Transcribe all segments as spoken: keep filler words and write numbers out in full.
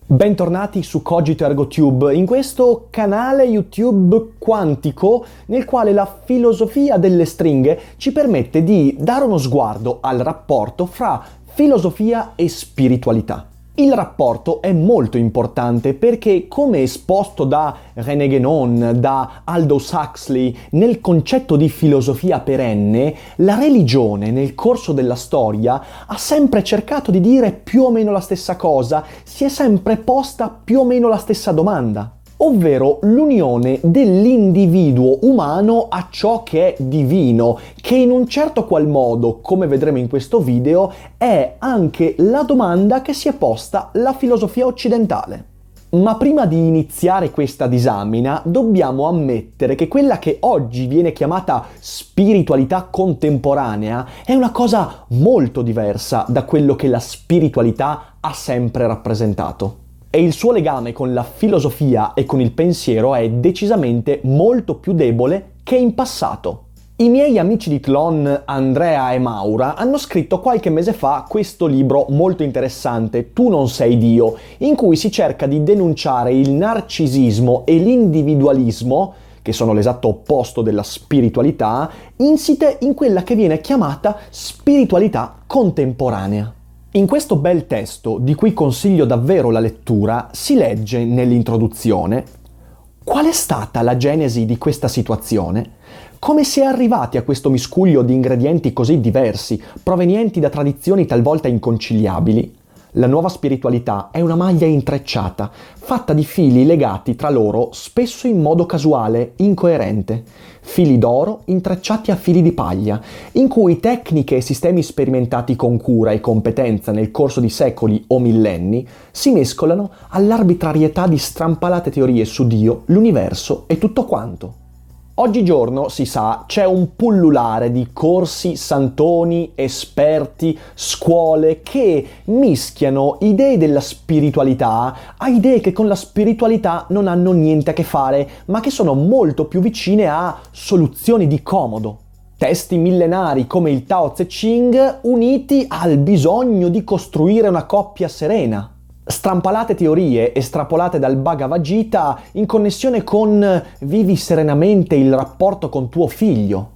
Bentornati su Cogito Ergo Tube, in questo canale YouTube quantico nel quale la filosofia delle stringhe ci permette di dare uno sguardo al rapporto fra filosofia e spiritualità. Il rapporto è molto importante perché, come esposto da René Guénon, da Aldous Huxley, nel concetto di filosofia perenne, la religione nel corso della storia ha sempre cercato di dire più o meno la stessa cosa, si è sempre posta più o meno la stessa domanda, ovvero l'unione dell'individuo umano a ciò che è divino, che in un certo qual modo, come vedremo in questo video, è anche la domanda che si è posta la filosofia occidentale. Ma prima di iniziare questa disamina, dobbiamo ammettere che quella che oggi viene chiamata spiritualità contemporanea è una cosa molto diversa da quello che la spiritualità ha sempre rappresentato. E il suo legame con la filosofia e con il pensiero è decisamente molto più debole che in passato. I miei amici di Tlon, Andrea e Maura, hanno scritto qualche mese fa questo libro molto interessante, Tu non sei Dio, in cui si cerca di denunciare il narcisismo e l'individualismo, che sono l'esatto opposto della spiritualità, insite in quella che viene chiamata spiritualità contemporanea. In questo bel testo, di cui consiglio davvero la lettura, si legge nell'introduzione: qual è stata la genesi di questa situazione? Come si è arrivati a questo miscuglio di ingredienti così diversi, provenienti da tradizioni talvolta inconciliabili? La nuova spiritualità è una maglia intrecciata, fatta di fili legati tra loro spesso in modo casuale, incoerente. Fili d'oro intrecciati a fili di paglia, in cui tecniche e sistemi sperimentati con cura e competenza nel corso di secoli o millenni si mescolano all'arbitrarietà di strampalate teorie su Dio, l'universo e tutto quanto. Oggigiorno, si sa, c'è un pullulare di corsi, santoni, esperti, scuole che mischiano idee della spiritualità a idee che con la spiritualità non hanno niente a che fare, ma che sono molto più vicine a soluzioni di comodo. Testi millenari come il Tao Te Ching uniti al bisogno di costruire una coppia serena. Strampalate teorie estrapolate dal Bhagavad Gita in connessione con vivi serenamente il rapporto con tuo figlio.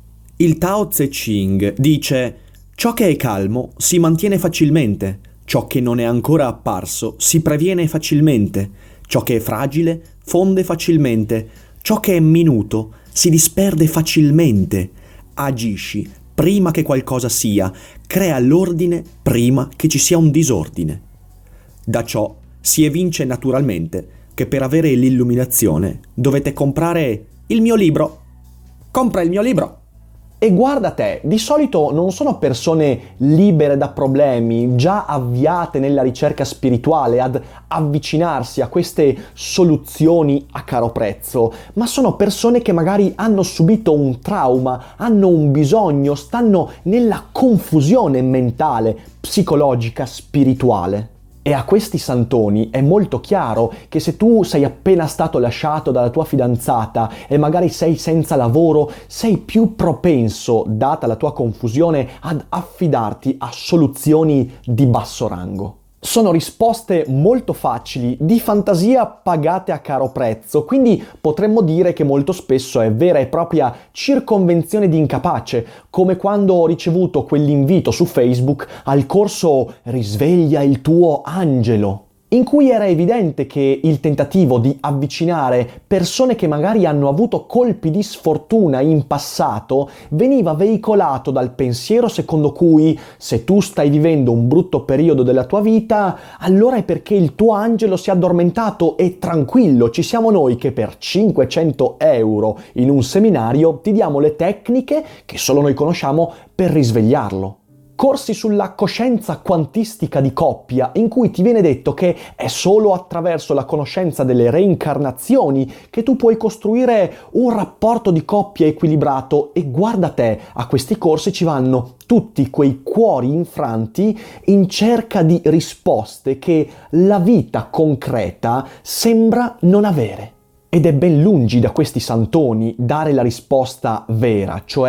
Il Tao Te Ching dice: ciò che è calmo si mantiene facilmente, ciò che non è ancora apparso si previene facilmente, ciò che è fragile fonde facilmente, ciò che è minuto si disperde facilmente. Agisci prima che qualcosa sia, crea l'ordine prima che ci sia un disordine. Da ciò si evince naturalmente che per avere l'illuminazione dovete comprare il mio libro. Compra il mio libro! E guarda te, di solito non sono persone libere da problemi, già avviate nella ricerca spirituale ad avvicinarsi a queste soluzioni a caro prezzo, ma sono persone che magari hanno subito un trauma, hanno un bisogno, stanno nella confusione mentale, psicologica, spirituale. E a questi santoni è molto chiaro che se tu sei appena stato lasciato dalla tua fidanzata e magari sei senza lavoro, sei più propenso, data la tua confusione, ad affidarti a soluzioni di basso rango. Sono risposte molto facili, di fantasia pagate a caro prezzo, quindi potremmo dire che molto spesso è vera e propria circonvenzione di incapace, come quando ho ricevuto quell'invito su Facebook al corso Risveglia il tuo angelo, in cui era evidente che il tentativo di avvicinare persone che magari hanno avuto colpi di sfortuna in passato veniva veicolato dal pensiero secondo cui se tu stai vivendo un brutto periodo della tua vita, allora è perché il tuo angelo si è addormentato e tranquillo, ci siamo noi che per cinquecento euro in un seminario ti diamo le tecniche che solo noi conosciamo per risvegliarlo. Corsi sulla coscienza quantistica di coppia, in cui ti viene detto che è solo attraverso la conoscenza delle reincarnazioni che tu puoi costruire un rapporto di coppia equilibrato, e guarda te, a questi corsi ci vanno tutti quei cuori infranti in cerca di risposte che la vita concreta sembra non avere. Ed è ben lungi da questi santoni dare la risposta vera, cioè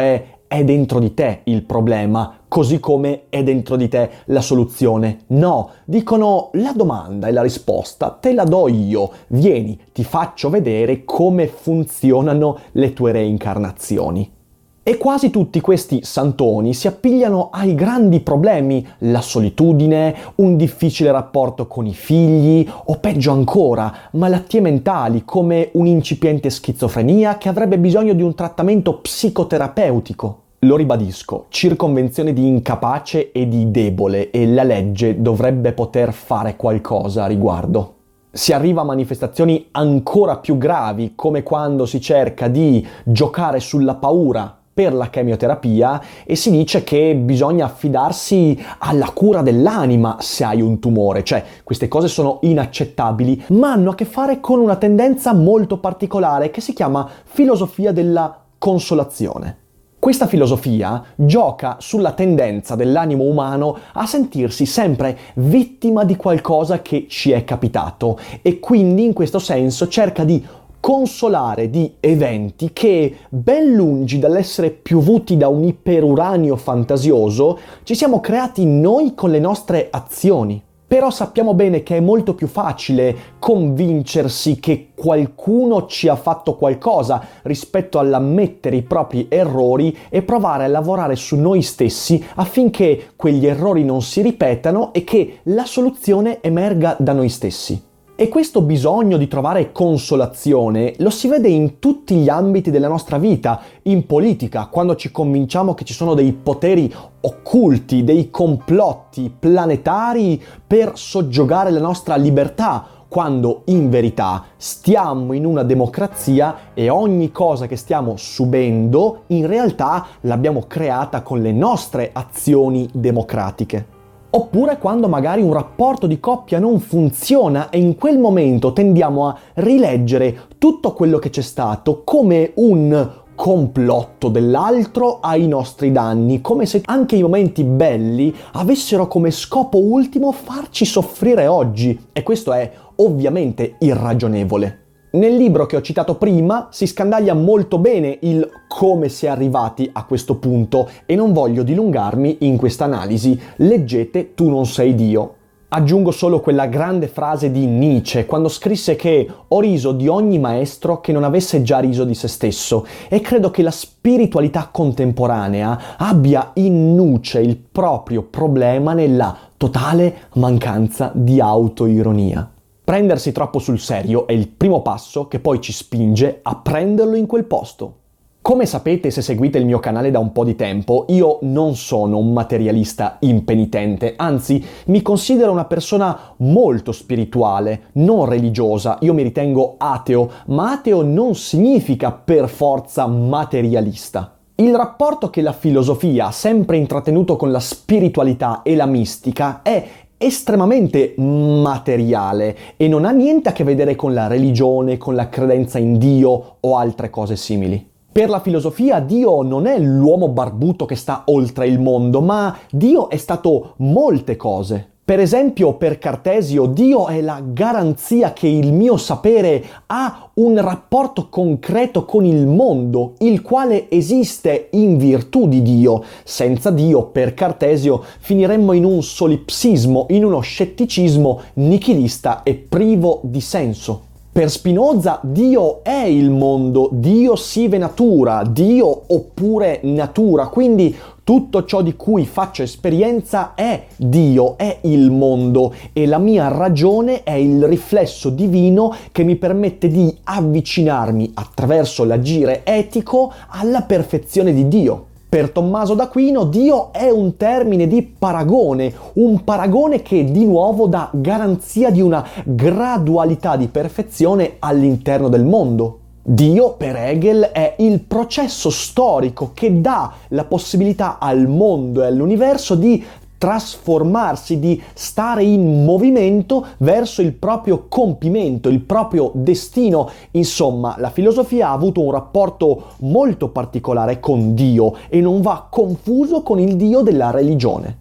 è dentro di te il problema, così come è dentro di te la soluzione. No, dicono la domanda e la risposta te la do io. Vieni, ti faccio vedere come funzionano le tue reincarnazioni. E quasi tutti questi santoni si appigliano ai grandi problemi, la solitudine, un difficile rapporto con i figli o peggio ancora, malattie mentali come un'incipiente schizofrenia che avrebbe bisogno di un trattamento psicoterapeutico. Lo ribadisco, circonvenzione di incapace e di debole e la legge dovrebbe poter fare qualcosa a riguardo. Si arriva a manifestazioni ancora più gravi, come quando si cerca di giocare sulla paura per la chemioterapia e si dice che bisogna affidarsi alla cura dell'anima se hai un tumore. Cioè, queste cose sono inaccettabili, ma hanno a che fare con una tendenza molto particolare che si chiama filosofia della consolazione. Questa filosofia gioca sulla tendenza dell'animo umano a sentirsi sempre vittima di qualcosa che ci è capitato e quindi in questo senso cerca di consolare di eventi che, ben lungi dall'essere piovuti da un iperuranio fantasioso, ci siamo creati noi con le nostre azioni. Però sappiamo bene che è molto più facile convincersi che qualcuno ci ha fatto qualcosa rispetto all'ammettere i propri errori e provare a lavorare su noi stessi affinché quegli errori non si ripetano e che la soluzione emerga da noi stessi. E questo bisogno di trovare consolazione lo si vede in tutti gli ambiti della nostra vita, in politica, quando ci convinciamo che ci sono dei poteri occulti, dei complotti planetari per soggiogare la nostra libertà, quando in verità stiamo in una democrazia e ogni cosa che stiamo subendo in realtà l'abbiamo creata con le nostre azioni democratiche. Oppure quando magari un rapporto di coppia non funziona e in quel momento tendiamo a rileggere tutto quello che c'è stato come un complotto dell'altro ai nostri danni, come se anche i momenti belli avessero come scopo ultimo farci soffrire oggi. E questo è ovviamente irragionevole. Nel libro che ho citato prima si scandaglia molto bene il come si è arrivati a questo punto e non voglio dilungarmi in questa analisi. Leggete Tu non sei Dio. Aggiungo solo quella grande frase di Nietzsche quando scrisse che ho riso di ogni maestro che non avesse già riso di se stesso e credo che la spiritualità contemporanea abbia in nuce il proprio problema nella totale mancanza di autoironia. Prendersi troppo sul serio è il primo passo che poi ci spinge a prenderlo in quel posto. Come sapete se seguite il mio canale da un po' di tempo, io non sono un materialista impenitente, anzi mi considero una persona molto spirituale, non religiosa. Io mi ritengo ateo, ma ateo non significa per forza materialista. Il rapporto che la filosofia ha sempre intrattenuto con la spiritualità e la mistica è estremamente materiale e non ha niente a che vedere con la religione, con la credenza in Dio o altre cose simili. Per la filosofia Dio non è l'uomo barbuto che sta oltre il mondo, ma Dio è stato molte cose. Per esempio, per Cartesio, Dio è la garanzia che il mio sapere ha un rapporto concreto con il mondo, il quale esiste in virtù di Dio. Senza Dio, per Cartesio, finiremmo in un solipsismo, in uno scetticismo nichilista e privo di senso. Per Spinoza Dio è il mondo, Dio sive natura, Dio oppure natura, quindi tutto ciò di cui faccio esperienza è Dio, è il mondo e la mia ragione è il riflesso divino che mi permette di avvicinarmi attraverso l'agire etico alla perfezione di Dio. Per Tommaso d'Aquino Dio è un termine di paragone, un paragone che di nuovo dà garanzia di una gradualità di perfezione all'interno del mondo. Dio, per Hegel, è il processo storico che dà la possibilità al mondo e all'universo di trasformarsi, di stare in movimento verso il proprio compimento, il proprio destino. Insomma, la filosofia ha avuto un rapporto molto particolare con Dio e non va confuso con il Dio della religione.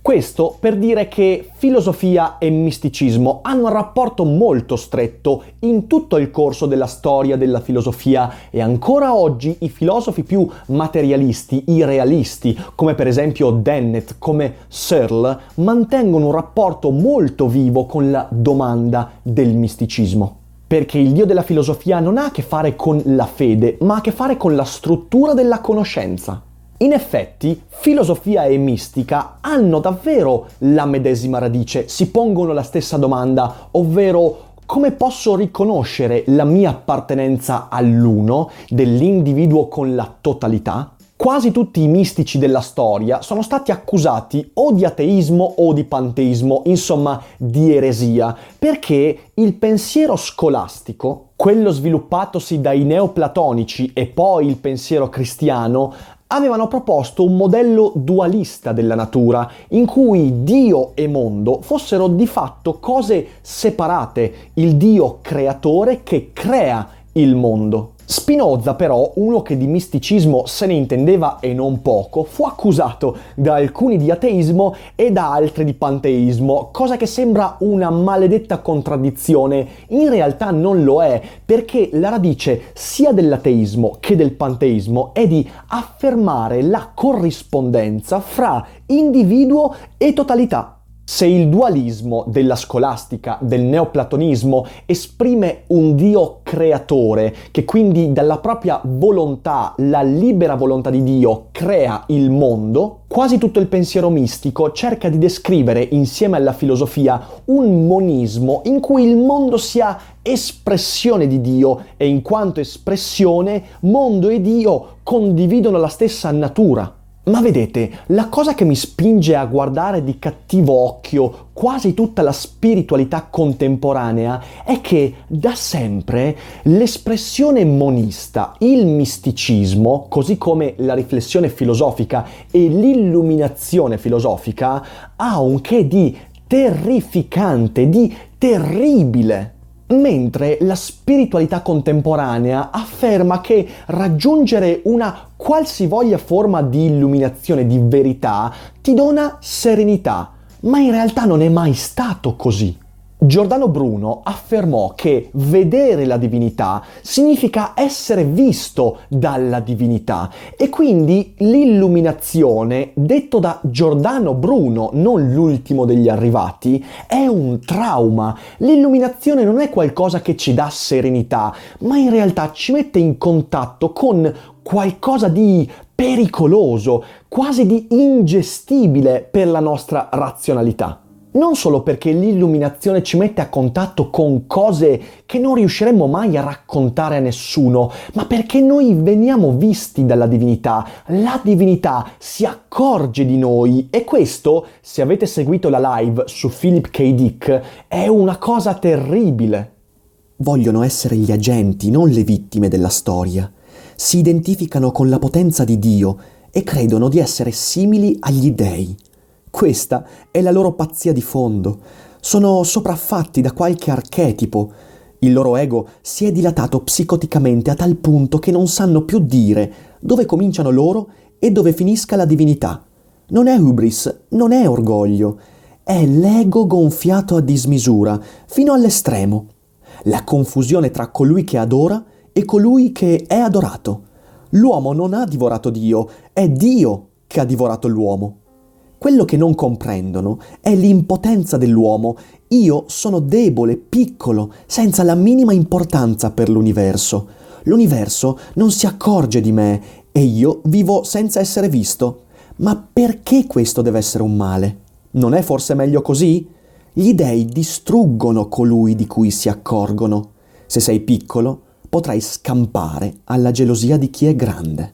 Questo per dire che filosofia e misticismo hanno un rapporto molto stretto in tutto il corso della storia della filosofia e ancora oggi i filosofi più materialisti, i realisti, come per esempio Dennett, come Searle, mantengono un rapporto molto vivo con la domanda del misticismo. Perché il Dio della filosofia non ha a che fare con la fede, ma ha a che fare con la struttura della conoscenza. In effetti, filosofia e mistica hanno davvero la medesima radice, si pongono la stessa domanda, ovvero come posso riconoscere la mia appartenenza all'uno, dell'individuo con la totalità? Quasi tutti i mistici della storia sono stati accusati o di ateismo o di panteismo, insomma di eresia, perché il pensiero scolastico, quello sviluppatosi dai neoplatonici e poi il pensiero cristiano, avevano proposto un modello dualista della natura, in cui Dio e mondo fossero di fatto cose separate, il Dio creatore che crea il mondo. Spinoza però, uno che di misticismo se ne intendeva e non poco, fu accusato da alcuni di ateismo e da altri di panteismo, cosa che sembra una maledetta contraddizione. In realtà non lo è, perché la radice sia dell'ateismo che del panteismo è di affermare la corrispondenza fra individuo e totalità. Se il dualismo della scolastica, del neoplatonismo, esprime un Dio creatore, che quindi dalla propria volontà, la libera volontà di Dio, crea il mondo, quasi tutto il pensiero mistico cerca di descrivere, insieme alla filosofia, un monismo in cui il mondo sia espressione di Dio e in quanto espressione, mondo e Dio condividono la stessa natura. Ma vedete, la cosa che mi spinge a guardare di cattivo occhio quasi tutta la spiritualità contemporanea è che da sempre l'espressione monista, il misticismo, così come la riflessione filosofica e l'illuminazione filosofica, ha un che di terrificante, di terribile. Mentre la spiritualità contemporanea afferma che raggiungere una qualsivoglia forma di illuminazione, di verità, ti dona serenità, ma in realtà non è mai stato così. Giordano Bruno affermò che vedere la divinità significa essere visto dalla divinità e quindi l'illuminazione, detto da Giordano Bruno, non l'ultimo degli arrivati, è un trauma. L'illuminazione non è qualcosa che ci dà serenità, ma in realtà ci mette in contatto con qualcosa di pericoloso, quasi di ingestibile per la nostra razionalità. Non solo perché l'illuminazione ci mette a contatto con cose che non riusciremmo mai a raccontare a nessuno, ma perché noi veniamo visti dalla divinità, la divinità si accorge di noi e questo, se avete seguito la live su Philip K. Dick, è una cosa terribile. Vogliono essere gli agenti, non le vittime della storia. Si identificano con la potenza di Dio e credono di essere simili agli dei. Questa è la loro pazzia di fondo. Sono sopraffatti da qualche archetipo. Il loro ego si è dilatato psicoticamente a tal punto che non sanno più dire dove cominciano loro e dove finisca la divinità. Non è hubris, non è orgoglio, è l'ego gonfiato a dismisura, fino all'estremo. La confusione tra colui che adora e colui che è adorato. L'uomo non ha divorato Dio, è Dio che ha divorato l'uomo. Quello che non comprendono è l'impotenza dell'uomo. Io sono debole, piccolo, senza la minima importanza per l'universo. L'universo non si accorge di me e io vivo senza essere visto. Ma perché questo deve essere un male? Non è forse meglio così? Gli dei distruggono colui di cui si accorgono. Se sei piccolo, potrai scampare alla gelosia di chi è grande.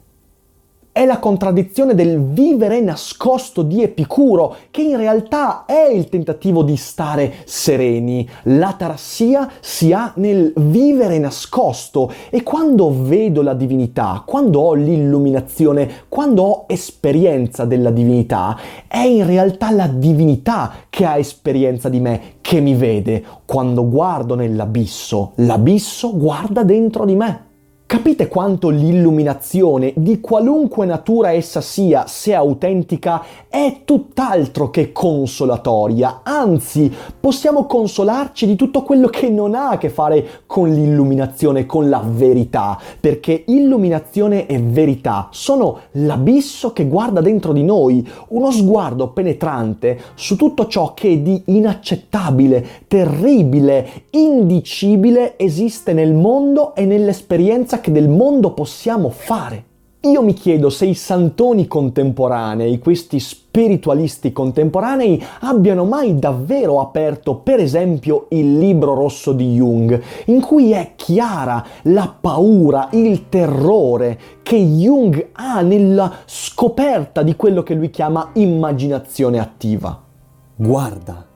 È la contraddizione del vivere nascosto di Epicuro, che in realtà è il tentativo di stare sereni. L'atarassia si ha nel vivere nascosto e quando vedo la divinità, quando ho l'illuminazione, quando ho esperienza della divinità, è in realtà la divinità che ha esperienza di me, che mi vede. Quando guardo nell'abisso, l'abisso guarda dentro di me. Capite quanto l'illuminazione, di qualunque natura essa sia, se autentica, è tutt'altro che consolatoria, anzi possiamo consolarci di tutto quello che non ha a che fare con l'illuminazione, con la verità, perché illuminazione e verità sono l'abisso che guarda dentro di noi, uno sguardo penetrante su tutto ciò che di inaccettabile, terribile, indicibile esiste nel mondo e nell'esperienza che del mondo possiamo fare. Io mi chiedo se i santoni contemporanei, questi spiritualisti contemporanei, abbiano mai davvero aperto, per esempio, il libro rosso di Jung, in cui è chiara la paura, il terrore che Jung ha nella scoperta di quello che lui chiama immaginazione attiva. Guarda,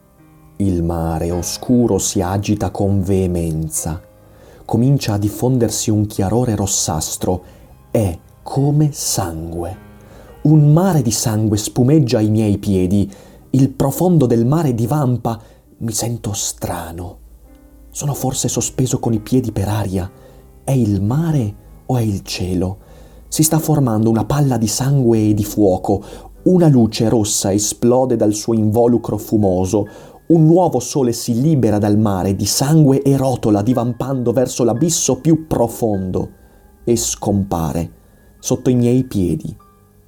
il mare oscuro si agita con veemenza. Comincia a diffondersi un chiarore rossastro, è come sangue. Un mare di sangue spumeggia ai miei piedi, il profondo del mare divampa, mi sento strano. Sono forse sospeso con i piedi per aria? È il mare o è il cielo? Si sta formando una palla di sangue e di fuoco, una luce rossa esplode dal suo involucro fumoso, un nuovo sole si libera dal mare di sangue e rotola divampando verso l'abisso più profondo e scompare sotto i miei piedi.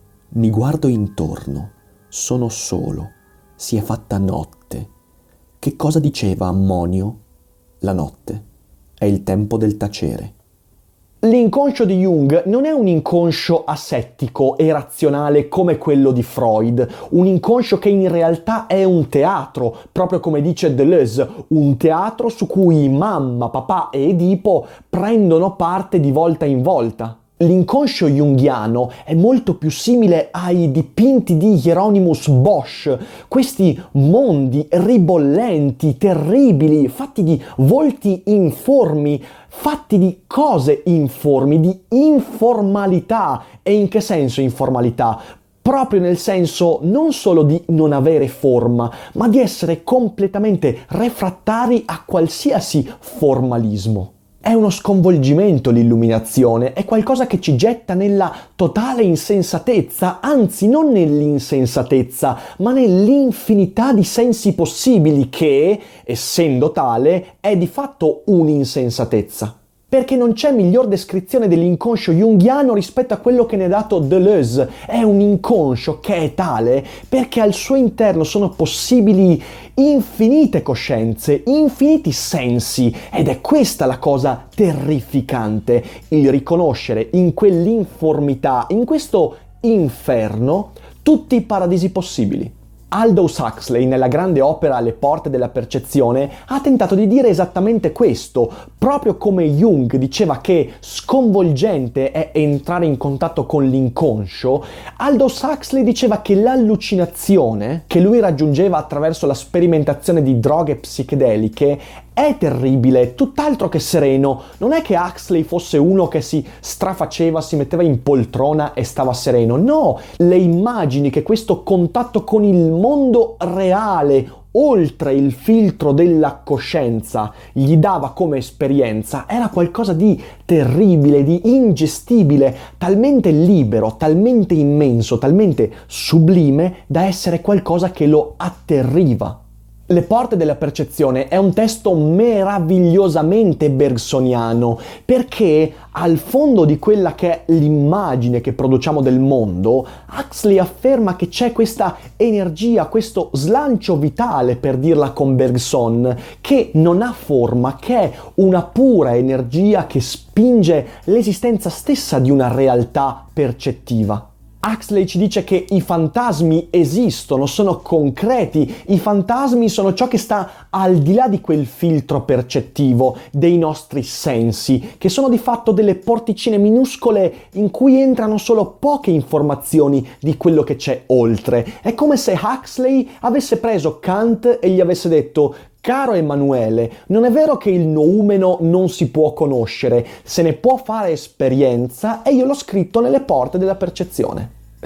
Mi guardo intorno, sono solo, si è fatta notte. Che cosa diceva Ammonio? La notte è il tempo del tacere. L'inconscio di Jung non è un inconscio asettico e razionale come quello di Freud, un inconscio che in realtà è un teatro, proprio come dice Deleuze, un teatro su cui mamma, papà e Edipo prendono parte di volta in volta. L'inconscio junghiano è molto più simile ai dipinti di Hieronymus Bosch, questi mondi ribollenti, terribili, fatti di volti informi, fatti di cose informi, di informalità. E in che senso informalità? Proprio nel senso non solo di non avere forma, ma di essere completamente refrattari a qualsiasi formalismo. È uno sconvolgimento l'illuminazione, è qualcosa che ci getta nella totale insensatezza, anzi non nell'insensatezza, ma nell'infinità di sensi possibili che, essendo tale, è di fatto un'insensatezza. Perché non c'è miglior descrizione dell'inconscio junghiano rispetto a quello che ne ha dato Deleuze. È un inconscio che è tale perché al suo interno sono possibili infinite coscienze, infiniti sensi, ed è questa la cosa terrificante, il riconoscere in quell'informità, in questo inferno, tutti i paradisi possibili. Aldous Huxley, nella grande opera Le porte della percezione, ha tentato di dire esattamente questo, proprio come Jung diceva che sconvolgente è entrare in contatto con l'inconscio. Aldous Huxley diceva che l'allucinazione che lui raggiungeva attraverso la sperimentazione di droghe psichedeliche è terribile, tutt'altro che sereno. Non è che Huxley fosse uno che si strafaceva, si metteva in poltrona e stava sereno. No, le immagini che questo contatto con il mondo reale, oltre il filtro della coscienza, gli dava come esperienza, era qualcosa di terribile, di ingestibile, talmente libero, talmente immenso, talmente sublime da essere qualcosa che lo atterriva. Le porte della percezione è un testo meravigliosamente bergsoniano, perché al fondo di quella che è l'immagine che produciamo del mondo, Huxley afferma che c'è questa energia, questo slancio vitale, per dirla con Bergson, che non ha forma, che è una pura energia che spinge l'esistenza stessa di una realtà percettiva. Huxley ci dice che i fantasmi esistono, sono concreti, i fantasmi sono ciò che sta al di là di quel filtro percettivo dei nostri sensi, che sono di fatto delle porticine minuscole in cui entrano solo poche informazioni di quello che c'è oltre. È come se Huxley avesse preso Kant e gli avesse detto: caro Emanuele, non è vero che il noumeno non si può conoscere, se ne può fare esperienza e io l'ho scritto nelle porte della percezione.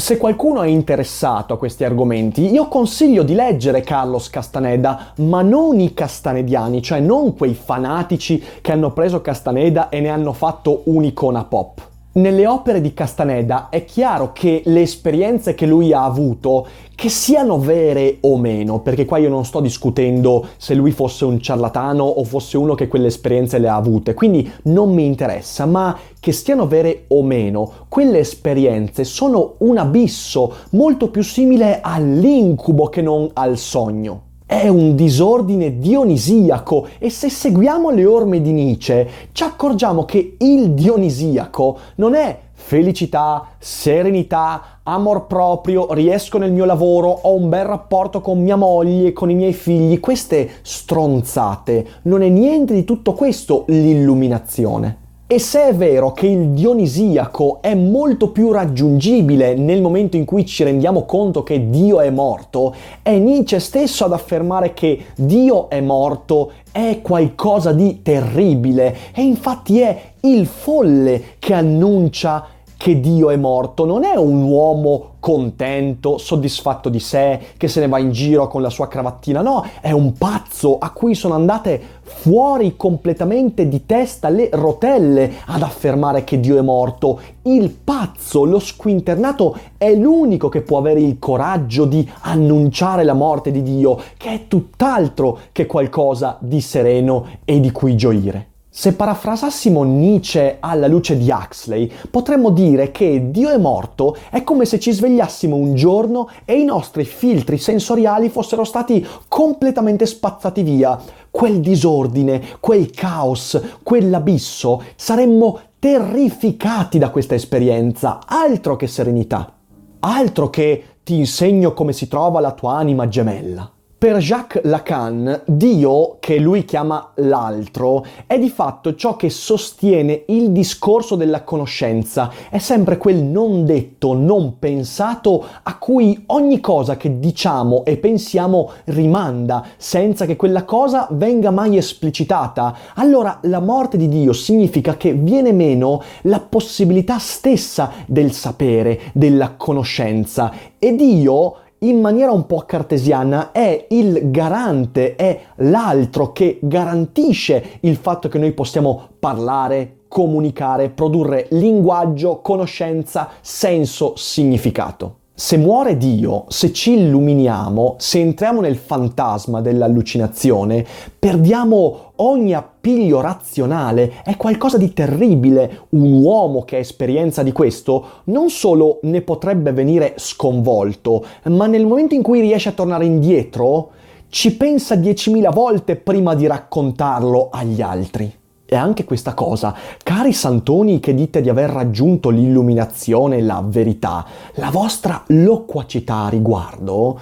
Se qualcuno è interessato a questi argomenti, io consiglio di leggere Carlos Castaneda, ma non i castanediani, cioè non quei fanatici che hanno preso Castaneda e ne hanno fatto un'icona pop. Nelle opere di Castaneda è chiaro che le esperienze che lui ha avuto, che siano vere o meno, perché qua io non sto discutendo se lui fosse un ciarlatano o fosse uno che quelle esperienze le ha avute, quindi non mi interessa, ma che siano vere o meno, quelle esperienze sono un abisso molto più simile all'incubo che non al sogno. È un disordine dionisiaco e se seguiamo le orme di Nietzsche ci accorgiamo che il dionisiaco non è felicità, serenità, amor proprio, riesco nel mio lavoro, ho un bel rapporto con mia moglie, con i miei figli, queste stronzate. Non è niente di tutto questo l'illuminazione. E se è vero che il dionisiaco è molto più raggiungibile nel momento in cui ci rendiamo conto che Dio è morto, è Nietzsche stesso ad affermare che Dio è morto, è qualcosa di terribile e infatti è il folle che annuncia che Dio è morto, non è un uomo contento, soddisfatto di sé, che se ne va in giro con la sua cravattina, no, è un pazzo a cui sono andate fuori completamente di testa le rotelle ad affermare che Dio è morto. Il pazzo, lo squinternato, è l'unico che può avere il coraggio di annunciare la morte di Dio, che è tutt'altro che qualcosa di sereno e di cui gioire. Se parafrasassimo Nietzsche alla luce di Huxley, potremmo dire che Dio è morto è come se ci svegliassimo un giorno e i nostri filtri sensoriali fossero stati completamente spazzati via. Quel disordine, quel caos, quell'abisso, saremmo terrificati da questa esperienza, altro che serenità, altro che ti insegno come si trova la tua anima gemella. Per Jacques Lacan, Dio, che lui chiama l'altro, è di fatto ciò che sostiene il discorso della conoscenza, è sempre quel non detto, non pensato a cui ogni cosa che diciamo e pensiamo rimanda, senza che quella cosa venga mai esplicitata. Allora la morte di Dio significa che viene meno la possibilità stessa del sapere, della conoscenza, e Dio, in maniera un po' cartesiana, è il garante, è l'altro che garantisce il fatto che noi possiamo parlare, comunicare, produrre linguaggio, conoscenza, senso, significato. Se muore Dio, se ci illuminiamo, se entriamo nel fantasma dell'allucinazione, perdiamo ogni appiglio razionale, è qualcosa di terribile. Un uomo che ha esperienza di questo non solo ne potrebbe venire sconvolto, ma nel momento in cui riesce a tornare indietro, ci pensa diecimila volte prima di raccontarlo agli altri. E anche questa cosa, cari santoni che dite di aver raggiunto l'illuminazione e la verità, la vostra loquacità a riguardo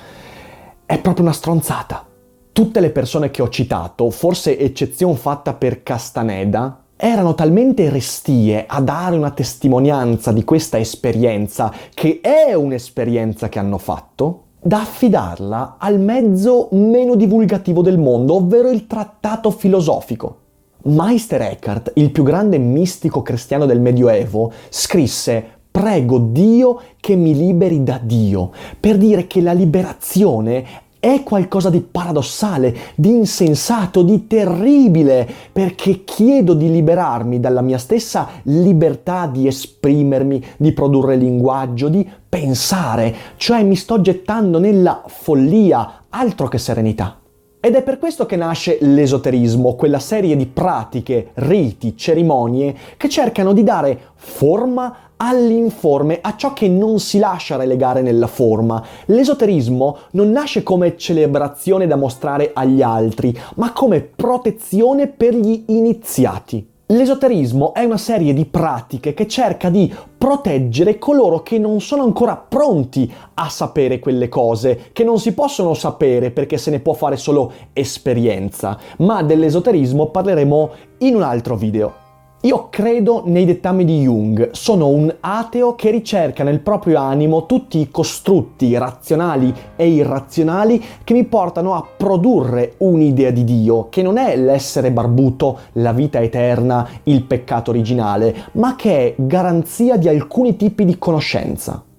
è proprio una stronzata. Tutte le persone che ho citato, forse eccezion fatta per Castaneda, erano talmente restie a dare una testimonianza di questa esperienza, che è un'esperienza che hanno fatto, da affidarla al mezzo meno divulgativo del mondo, ovvero il trattato filosofico. Meister Eckhart, il più grande mistico cristiano del Medioevo, scrisse «Prego Dio che mi liberi da Dio», per dire che la liberazione è qualcosa di paradossale, di insensato, di terribile, perché chiedo di liberarmi dalla mia stessa libertà di esprimermi, di produrre linguaggio, di pensare, cioè mi sto gettando nella follia, altro che serenità. Ed è per questo che nasce l'esoterismo, quella serie di pratiche, riti, cerimonie che cercano di dare forma all'informe, a ciò che non si lascia relegare nella forma. L'esoterismo non nasce come celebrazione da mostrare agli altri, ma come protezione per gli iniziati. L'esoterismo è una serie di pratiche che cerca di proteggere coloro che non sono ancora pronti a sapere quelle cose, che non si possono sapere perché se ne può fare solo esperienza, ma dell'esoterismo parleremo in un altro video. Io credo nei dettami di Jung, sono un ateo che ricerca nel proprio animo tutti i costrutti razionali e irrazionali che mi portano a produrre un'idea di Dio, che non è l'essere barbuto, la vita eterna, il peccato originale, ma che è garanzia di alcuni tipi di conoscenza.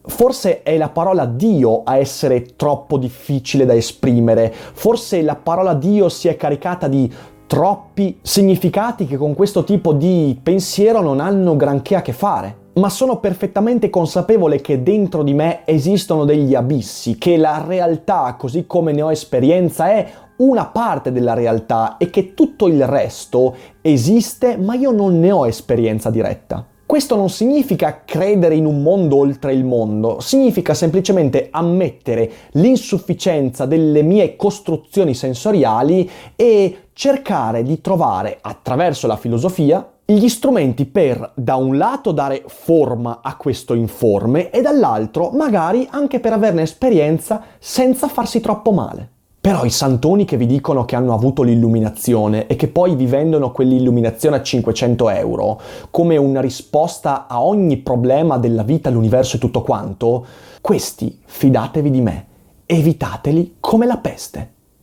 Forse è la parola Dio a essere troppo difficile da esprimere, forse la parola Dio si è caricata di troppi significati che con questo tipo di pensiero non hanno granché a che fare. Ma sono perfettamente consapevole che dentro di me esistono degli abissi, che la realtà, così come ne ho esperienza, è una parte della realtà e che tutto il resto esiste, ma io non ne ho esperienza diretta. Questo non significa credere in un mondo oltre il mondo, significa semplicemente ammettere l'insufficienza delle mie costruzioni sensoriali e cercare di trovare, attraverso la filosofia, gli strumenti per, da un lato, dare forma a questo informe e dall'altro, magari anche per averne esperienza senza farsi troppo male. Però i santoni che vi dicono che hanno avuto l'illuminazione e che poi vi vendono quell'illuminazione a cinquecento euro come una risposta a ogni problema della vita, l'universo e tutto quanto, questi, fidatevi di me, evitateli come la peste.